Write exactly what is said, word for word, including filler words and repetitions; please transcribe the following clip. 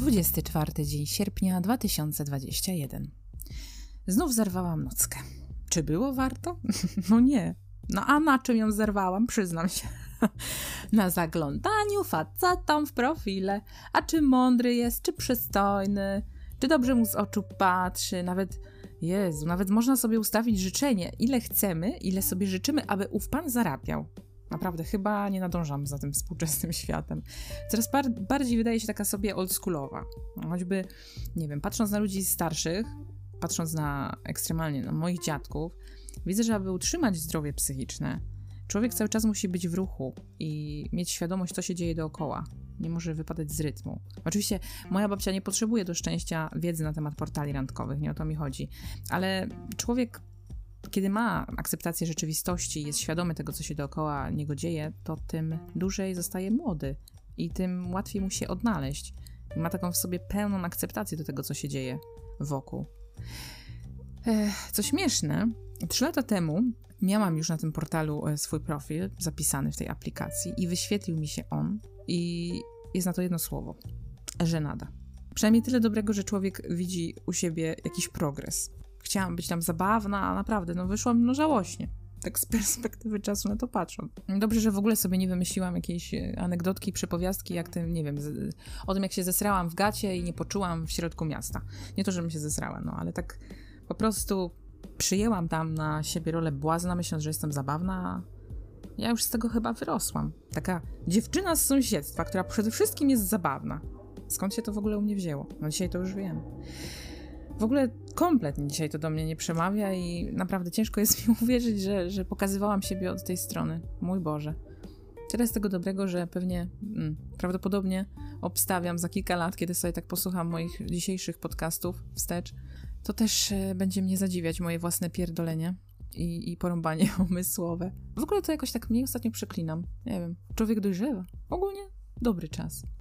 dwudziesty czwarty dzień sierpnia dwa tysiące dwudziestego pierwszego. Znów zerwałam nockę. Czy było warto? No nie. No a na czym ją zerwałam? Przyznam się. Na zaglądaniu facetom w profile. A czy mądry jest, czy przystojny, czy dobrze mu z oczu patrzy. Nawet, Jezu, nawet można sobie ustawić życzenie, ile chcemy, ile sobie życzymy, aby ów pan zarabiał. Naprawdę, chyba nie nadążam za tym współczesnym światem. Coraz bar- bardziej wydaje się taka sobie oldschoolowa. No, choćby, nie wiem, patrząc na ludzi starszych, patrząc na ekstremalnie na moich dziadków, widzę, że aby utrzymać zdrowie psychiczne, człowiek cały czas musi być w ruchu i mieć świadomość, co się dzieje dookoła. Nie może wypadać z rytmu. Oczywiście moja babcia nie potrzebuje do szczęścia wiedzy na temat portali randkowych, nie o to mi chodzi. Ale człowiek, kiedy ma akceptację rzeczywistości i jest świadomy tego, co się dookoła niego dzieje, to tym dłużej zostaje młody i tym łatwiej mu się odnaleźć. I ma taką w sobie pełną akceptację do tego, co się dzieje wokół. Ech, co śmieszne, trzy lata temu miałam już na tym portalu swój profil zapisany w tej aplikacji i wyświetlił mi się on i jest na to jedno słowo. Żenada. Przynajmniej tyle dobrego, że człowiek widzi u siebie jakiś progres. Chciałam być tam zabawna, a naprawdę, no wyszłam no żałośnie. Tak z perspektywy czasu na to patrząc. Dobrze, że w ogóle sobie nie wymyśliłam jakiejś anegdotki, przypowiastki, jak tym, nie wiem, z, o tym, jak się zesrałam w gacie i nie poczułam w środku miasta. Nie to, żebym się zesrała, no, ale tak po prostu przyjęłam tam na siebie rolę błazna, myśląc, że jestem zabawna. Ja już z tego chyba wyrosłam. Taka dziewczyna z sąsiedztwa, która przede wszystkim jest zabawna. Skąd się to w ogóle u mnie wzięło? No dzisiaj to już wiem. W ogóle kompletnie dzisiaj to do mnie nie przemawia i naprawdę ciężko jest mi uwierzyć, że, że pokazywałam siebie od tej strony. Mój Boże. Tyle z tego dobrego, że pewnie mm, prawdopodobnie obstawiam za kilka lat, kiedy sobie tak posłucham moich dzisiejszych podcastów wstecz, to też e, będzie mnie zadziwiać moje własne pierdolenie i, i porąbanie umysłowe. W ogóle to jakoś tak mniej ostatnio przeklinam. Nie wiem. Człowiek dojrzewa. Ogólnie dobry czas.